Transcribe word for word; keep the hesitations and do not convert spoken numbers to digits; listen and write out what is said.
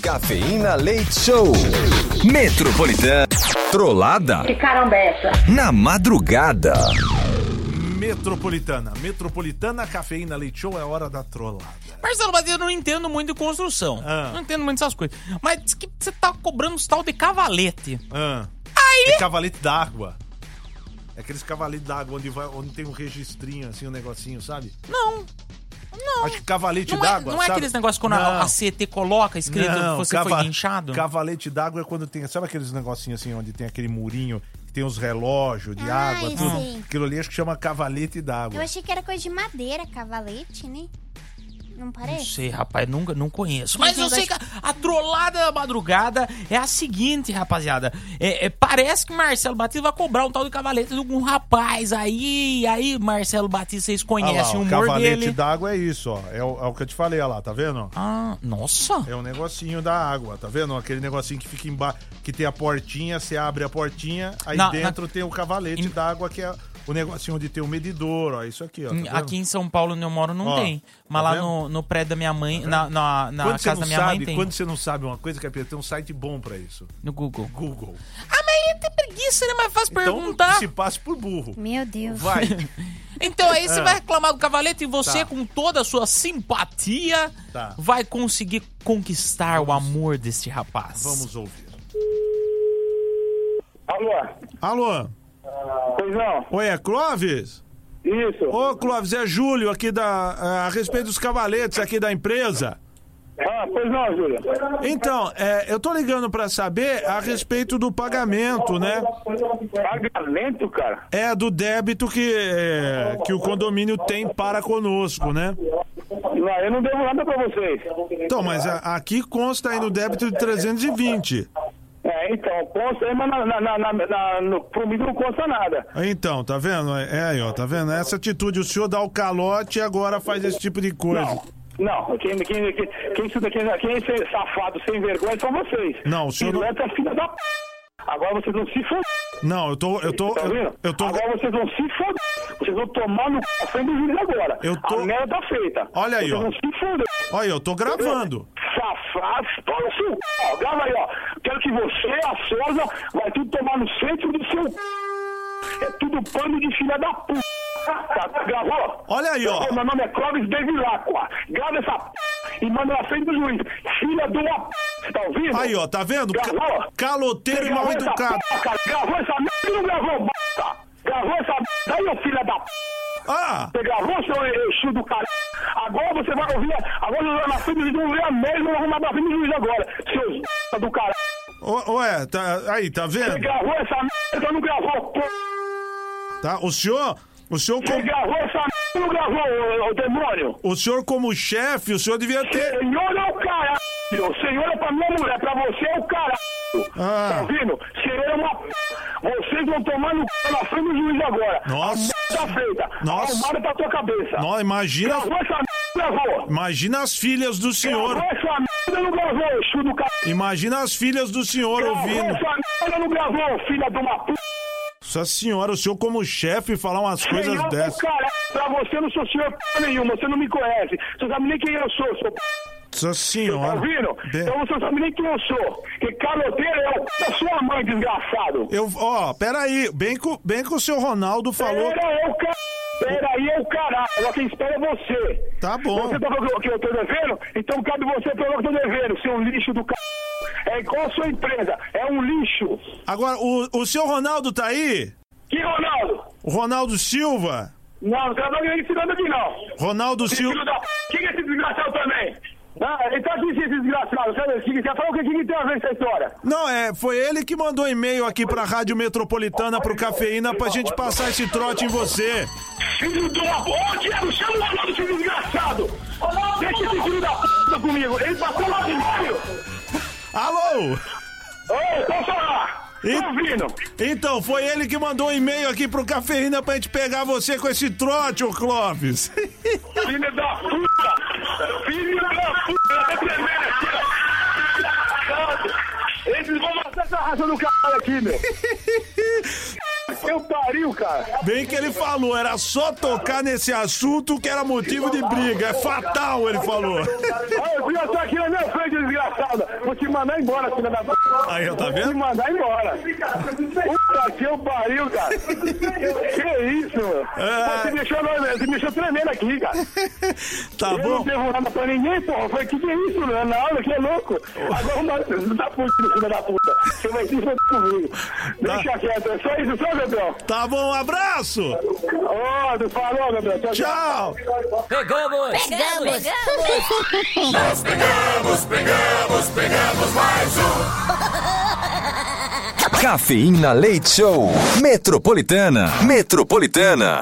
Cafeína Leite Show. Metropolitana. Trollada. Que caramba é essa? Na madrugada. Metropolitana. Metropolitana, Cafeína Leite Show, é hora da trollada. Marcelo, mas eu não entendo muito de construção. Ah. Não entendo muito dessas coisas. Mas diz que você tá cobrando os tal de cavalete. Ah. Aí... É cavalete d'água. É aqueles cavaletes d'água onde, vai, onde tem um registrinho, assim, um negocinho, sabe? Não. Não. Acho que cavalete não d'água, é, Não é sabe? aqueles negócios quando a, a C T coloca escrito Não, que você cava- foi guinchado? Cavalete d'água é quando tem... Sabe aqueles negocinhos assim, onde tem aquele murinho, que tem os relógios de Ah, água, eu tudo? sei. Aquilo ali acho que chama cavalete d'água. Eu achei que era coisa de madeira, cavalete, né? Não Não parece? sei, rapaz, nunca, não conheço. Mas eu Mas sei que a, a trollada da madrugada é a seguinte, rapaziada. É, é, parece que Marcelo Batista vai cobrar um tal de cavalete de algum rapaz aí. Aí, Marcelo Batista, vocês Ah lá, conhecem o o humor cavalete dele. d'água é isso, ó. É o, é o que eu te falei, ó lá, tá vendo? Ah, nossa. É um negocinho da água, tá vendo? Aquele negocinho que fica embaixo, que tem a portinha, você abre a portinha, aí Na- dentro tem o cavalete Em- d'água, que é o negocinho onde tem o medidor, ó, isso aqui, ó. Tá vendo? Aqui em São Paulo, onde eu moro, não Ó, tem. Mas tá lá vendo? no, no prédio da minha mãe, na, na, na Quando você casa não da minha mãe sabe, tem. quando você não sabe uma coisa, Capeta, tem um site bom pra isso. No Google. Google. Ah, mas aí tem preguiça, né? Mais fácil Então, perguntar. se passe por burro. Meu Deus. Vai. Então aí você Ah. vai reclamar do cavalete e você, Tá. com toda a sua simpatia, Tá. vai conseguir conquistar o amor deste rapaz. Vamos ouvir. Alô? Alô? Pois não? Oi, é Clóvis? Isso. Ô, Clóvis, é Júlio aqui da... A respeito dos cavaletes aqui da empresa. Ah, pois não, Júlia. Então, é, eu tô ligando pra saber a respeito do pagamento, né? Pagamento, cara? É, do débito que, é, que o condomínio tem para conosco, né? Não, eu não devo nada pra vocês. Então, mas a- aqui consta aí no débito de trezentos e vinte. É, então, consta aí, mas na, na, na, na, na, no, comigo não consta nada. Então, tá vendo? É aí, ó, tá vendo? Essa atitude, o senhor dá o calote e agora faz esse tipo de coisa. Não, não, quem, quem, quem, quem, quem, quem, quem é safado sem vergonha são vocês. Não, o senhor não- Pilantra, filha da p... Agora vocês vão se foder, Não, eu tô, eu tô, tá eu, vendo? eu tô... Agora vocês vão se foder. Vocês vão tomar no c... a frente do juiz agora. Eu tô- A merda tá feita. Olha aí, vocês ó. vão se foder. Olha, eu tô gravando. Safado, toma o seu c... ó, grava aí, ó. Quero que você, a Souza, vai tudo tomar no centro do seu c... É tudo pano de filha da p... Tá, gravou? Olha aí, ó. Gravou? Meu nome é Clóvis Bevilacqua. Grava essa p... e manda na frente do juiz. Filha de uma p... Você tá ouvindo? Aí, ó, tá vendo? Ca- Gravou? Caloteiro Você e mal gravou essa educado. porra, cara? Gravou essa merda e não gravou, b****? Gravou essa merda aí, ô filha da p... Ah, Você gravou, seu Exu do caralho? Agora você vai ouvir, agora na frente do juiz, vão ouvir a merda e vão arrumar na frente do juiz agora. Seus b... do caralho. Ô, ué, tá, aí, tá Você vendo? gravou essa merda ou não gravou, p... Tá, o senhor, o senhor, Você como, gravou essa merda ou não gravou, ô, ô demônio? o senhor como chefe, o senhor devia ter... Senhor é o caralho. O senhor é pra minha mulher, pra você é o caralho. Ah. Tá ouvindo? Senhor é uma p... Vocês vão tomar no c... na frente do juiz agora. Nossa. A merda tá feita. Nossa. Arrumada pra tua cabeça. Não, imagina, Gravou essa merda, gravou. imagina as filhas do senhor. Gravou essa merda, não gravou, Exu do caralho. Imagina as filhas do senhor Gravou ouvindo. essa merda, não gravou, filha de uma p... Nossa senhora, o senhor como chefe falar umas coisas Senhor do dessas. caralho. Pra você eu não sou senhor p... nenhuma, você não me conhece. Você sabe nem quem eu sou, seu p... Nossa Tá senhora. ouvindo? Bem- Então você não sabe nem quem eu sou. Que caloteiro é o c... da sua mãe, desgraçado. Eu, ó, peraí, bem que, o- bem que o seu Ronaldo falou... Pera é o c... Pera aí é o caralho. Agora quem espera é você. Tá bom. Você tá falando que eu tô devendo? Então cabe você provar que eu tô devendo, seu lixo do c... É igual a sua empresa. É um lixo. Agora, o, o seu Ronaldo tá aí? Que Ronaldo? O Ronaldo Silva? Não, não tá me ensinando aqui não. Ronaldo Esse Silva... filho da p... Quem é esse desgraçado também? Ah, ele tá aqui, esse desgraçado. Você quer falar o que que tem a ver essa história? Não, é, foi ele que mandou e-mail aqui pra Rádio Metropolitana, pro Cafeína, pra gente passar esse trote em você. Filho de uma p... Ô, Diego, chama o Ronaldo, esse desgraçado. Deixa esse filho da p... comigo. Ele passou lá de meio. Alô? Ô, posso falar? E- Tô ouvindo. Então, foi ele que mandou um e-mail aqui pro Cafeína pra gente pegar você com esse trote, ô Clóvis. Filho da puta! Filho da puta! Tá tremendo aqui, ó! Eles vão matar essa raça do caralho aqui, meu! Eu pariu, cara! Bem que ele falou, era só tocar nesse assunto que era motivo de briga. É fatal, ele falou. Olha, eu podia estar aqui na minha frente, desgraçada! vou te mandar embora, filha da puta. Aí, ó, tá Vou te vendo? mandar embora. Puta que eu pariu, cara. Que isso, mano? É. Você me deixou, você me deixou tremendo aqui, cara. Tá Eu não bom? devo nada pra ninguém, porra. Foi que que é isso, mano? Na aula, que é louco. Agora não tá puto, filho da puta. Você vai se foder comigo. Deixa quieto, é só isso, só, Gabriel. Tá bom, um abraço! Ó, tu falou, Gabriel. Tchau, tchau. Tchau! Pegamos! Pegamos! Cafeína Leite Show. Metropolitana. Metropolitana.